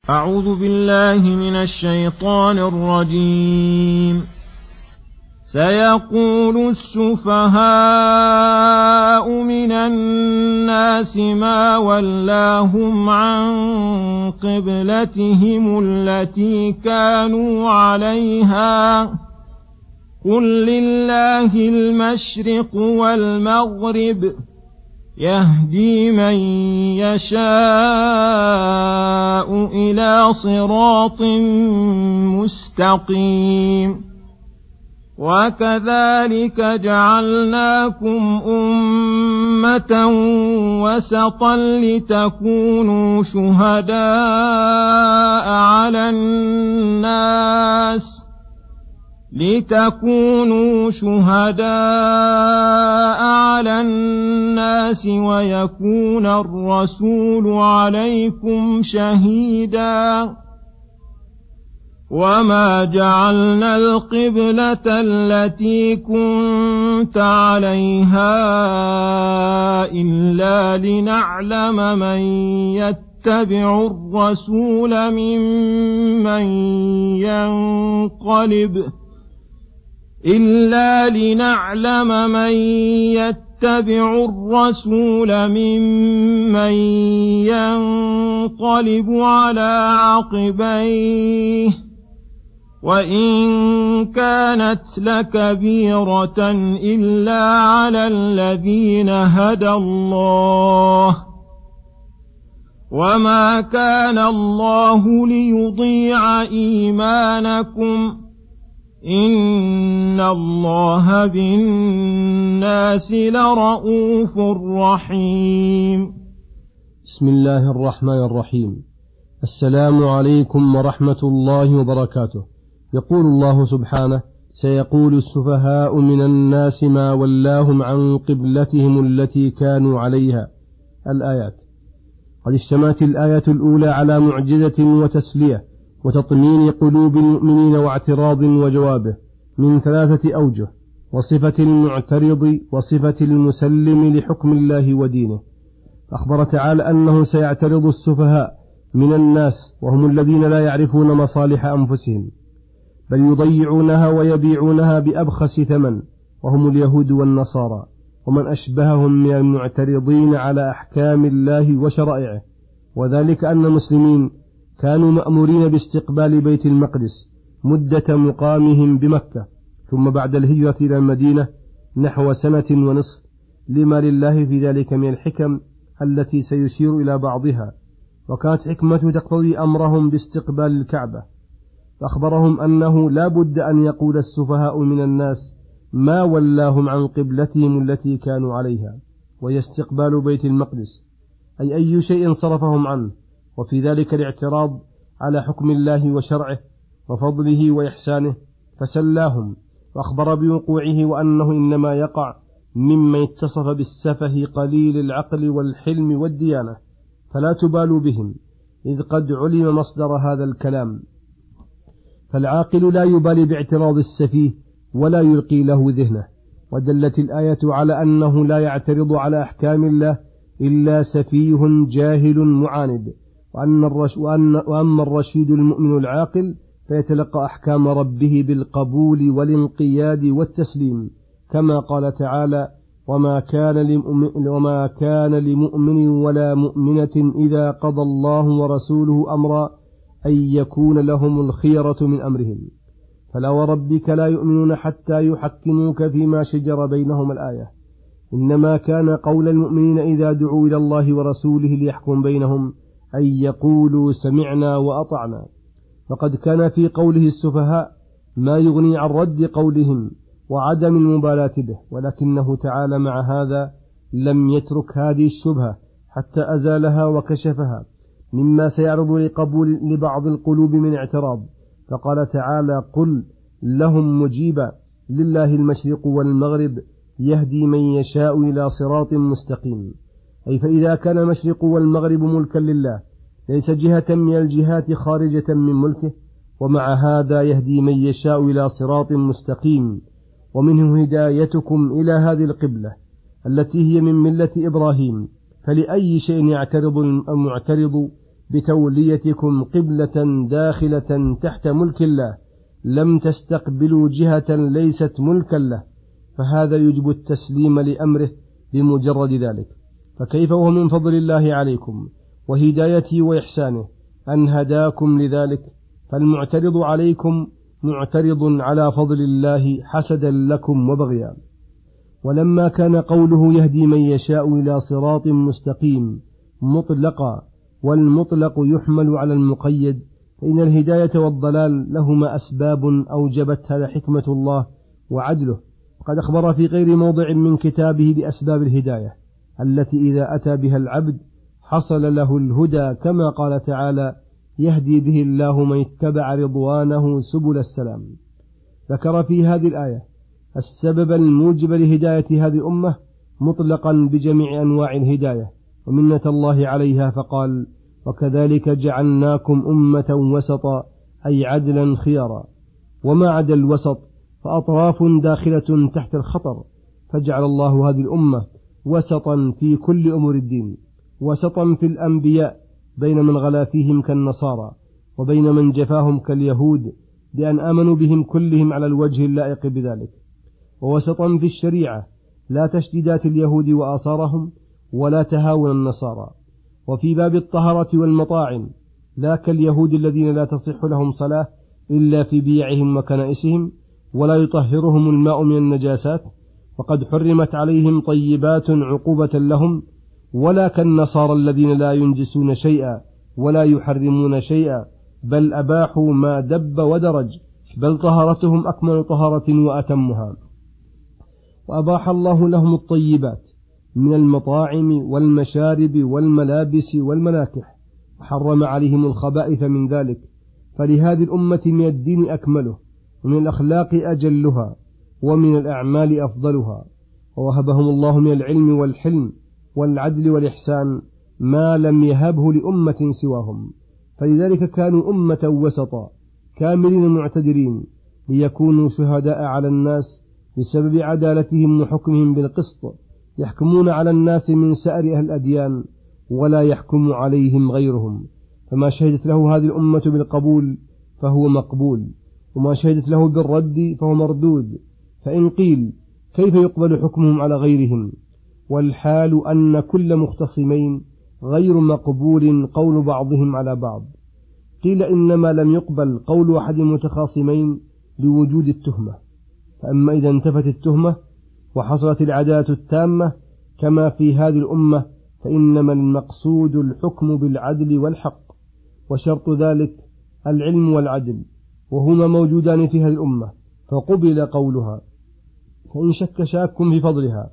أعوذ بالله من الشيطان الرجيم. سيقول السفهاء من الناس ما ولاهم عن قبلتهم التي كانوا عليها قل لله المشرق والمغرب يهدي من يشاء إلى صراط مستقيم. وكذلك جعلناكم أمة وسطا لتكونوا شهداء على الناس ويكون الرسول عليكم شهيدا. وما جعلنا القبلة التي كنت عليها إلا لنعلم من يتبع الرسول ممن ينقلب على عقبيه وإن كانت لكبيرة إلا على الذين هدى الله وما كان الله ليضيع إيمانكم إن الله بالناس لرءوف رحيم. بسم الله الرحمن الرحيم. السلام عليكم ورحمة الله وبركاته. يقول الله سبحانه: سيقول السفهاء من الناس ما ولاهم عن قبلتهم التي كانوا عليها. الآيات. قد اشتملت الآية الأولى على معجزة وتسلية وتطمين قلوب المؤمنين واعتراض وجوابه من 3 أوجه: وصفة المعترض وصفة المسلم لحكم الله ودينه. أخبر تعالى أنه سيعترض السفهاء من الناس وهم الذين لا يعرفون مصالح أنفسهم بل يضيعونها ويبيعونها بأبخس ثمن، وهم اليهود والنصارى ومن أشبههم من المعترضين على أحكام الله وشرائعه. وذلك أن المسلمين كانوا مأمورين باستقبال بيت المقدس مدة مقامهم بمكة، ثم بعد الهجرة إلى المدينة نحو 1.5 سنة، لما لله في ذلك من الحكم التي سيشير إلى بعضها. وكانت حكمته تقتضي أمرهم باستقبال الكعبة، فأخبرهم أنه لا بد أن يقول السفهاء من الناس ما ولاهم عن قبلتهم التي كانوا عليها، وهي استقبال بيت المقدس، أي شيء صرفهم عنه، وفي ذلك الاعتراض على حكم الله وشرعه وفضله وإحسانه، فسلاهم وأخبر بوقوعه وأنه إنما يقع ممن اتصف بالسفه قليل العقل والحلم والديانة، فلا تبالوا بهم إذ قد علم مصدر هذا الكلام. فالعاقل لا يبالي باعتراض السفيه ولا يلقي له ذهنه. ودلت الآية على أنه لا يعترض على أحكام الله إلا سفيه جاهل معاند، وأما الرشيد المؤمن العاقل فيتلقى أحكام ربه بالقبول والانقياد والتسليم، كما قال تعالى: وما كان لمؤمن ولا مؤمنة إذا قضى الله ورسوله أمرا أن يكون لهم الخيرة من أمرهم. فلا وربك لا يؤمنون حتى يحكموك فيما شجر بينهم. الآية. إنما كان قول المؤمنين إذا دعوا إلى الله ورسوله ليحكم بينهم أن يقولوا سمعنا وأطعنا. فقد كان في قوله السفهاء ما يغني عن رد قولهم وعدم المبالاة به، ولكنه تعالى مع هذا لم يترك هذه الشبهة حتى أزالها وكشفها مما سيعرض لقبول لبعض القلوب من اعتراض. فقال تعالى: قل لهم مجيبا لله المشرق والمغرب يهدي من يشاء إلى صراط مستقيم. أي فإذا كان المشرق والمغرب ملكا لله ليس جهة من الجهات خارجة من ملكه، ومع هذا يهدي من يشاء إلى صراط مستقيم، ومنه هدايتكم إلى هذه القبلة التي هي من ملة إبراهيم. فلأي شيء يعترض المعترض بتوليتكم قبلة داخلة تحت ملك الله لم تستقبلوا جهة ليست ملكا له، فهذا يجب التسليم لأمره بمجرد ذلك. فكيف وهو من فضل الله عليكم وهدايته وإحسانه أن هداكم لذلك؟ فالمعترض عليكم معترض على فضل الله حسدا لكم وبغيا. ولما كان قوله يهدي من يشاء إلى صراط مستقيم مطلقا، والمطلق يحمل على المقيد، فإن الهداية والضلال لهما أسباب أوجبتها حكمة الله وعدله. وقد أخبر في غير موضع من كتابه بأسباب الهداية التي إذا أتى بها العبد حصل له الهدى، كما قال تعالى يهدي به الله من اتبع رضوانه سبل السلام. ذكر في هذه الآية السبب الموجب لهداية هذه الأمة مطلقا بجميع أنواع الهداية ومنة الله عليها، فقال وكذلك جعلناكم أمة وسطا، أي عدلا خيارا. وما عدا الوسط فأطراف داخلة تحت الخطر، فجعل الله هذه الأمة وسطا في كل أمور الدين، وسطا في الأنبياء بين من غلا فيهم كالنصارى، وبين من جفاهم كاليهود بأن آمنوا بهم كلهم على الوجه اللائق بذلك، ووسطا في الشريعة لا تشديدات اليهود وآثارهم ولا تهاون النصارى. وفي باب الطهارة والمطاعم لا كاليهود الذين لا تصح لهم صلاة إلا في بيعهم وكنائسهم، ولا يطهرهم الماء من النجاسات، وقد حرمت عليهم طيبات عقوبة لهم، ولا كالنصارى الذين لا ينجسون شيئا ولا يحرمون شيئا، بل أباحوا ما دب ودرج، بل طهارتهم أكمل طهارة وأتمها. وأباح الله لهم الطيبات من المطاعم والمشارب والملابس والمناكح، وحرم عليهم الخبائث من ذلك. فلهذه الأمة من الدين أكمله، ومن الأخلاق أجلها، ومن الأعمال أفضلها. ووهبهم الله من العلم والحلم والعدل والإحسان ما لم يهبه لأمة سواهم، فلذلك كانوا أمة وسطا كاملين معتدلين، ليكونوا شهداء على الناس بسبب عدالتهم وحكمهم بالقسط، يحكمون على الناس من سائر أهل الأديان ولا يحكم عليهم غيرهم. فما شهدت له هذه الأمة بالقبول فهو مقبول، وما شهدت له بالرد فهو مردود. فإن قيل كيف يقبل حكمهم على غيرهم، والحال أن كل مختصمين غير مقبول قول بعضهم على بعض؟ قيل إنما لم يقبل قول أحد المتخاصمين لوجود التهمة، فأما إذا انتفت التهمة وحصلت العدالة التامة كما في هذه الأمة، فإنما المقصود الحكم بالعدل والحق، وشرط ذلك العلم والعدل، وهما موجودان في هذه الأمة، فقبل قولها. فإن شك شاك في فضلها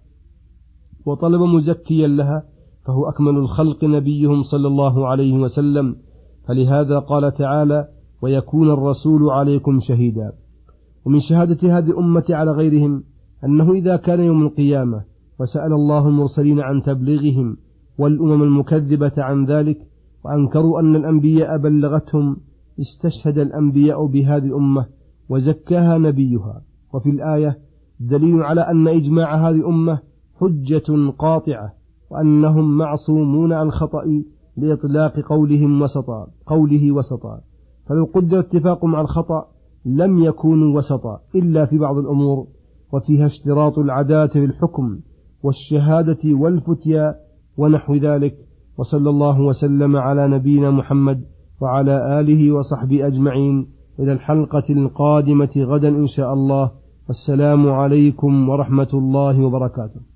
وطلب مزكيا لها، فهو أكمل الخلق نبيهم صلى الله عليه وسلم، فلهذا قال تعالى ويكون الرسول عليكم شهيدا. ومن شهادة هذه الأمة على غيرهم أنه إذا كان يوم القيامة وسأل الله المرسلين عن تبليغهم والأمم المكذبة عن ذلك، وأنكروا أن الأنبياء بلغتهم، استشهد الأنبياء بهذه الأمة وزكاها نبيها. وفي الآية دليل على أن إجماع هذه الأمة حجة قاطعة، وأنهم معصومون عن الخطأ لإطلاق قوله وسطا. فلو قدر اتفاقهم على الخطأ لم يكونوا وسطا إلا في بعض الأمور، وفيها اشتراط العدالة في الحكم والشهادة والفتيا ونحو ذلك. وصلى الله وسلم على نبينا محمد وعلى آله وصحبه أجمعين، إلى الحلقة القادمة غدا إن شاء الله. والسلام عليكم ورحمة الله وبركاته.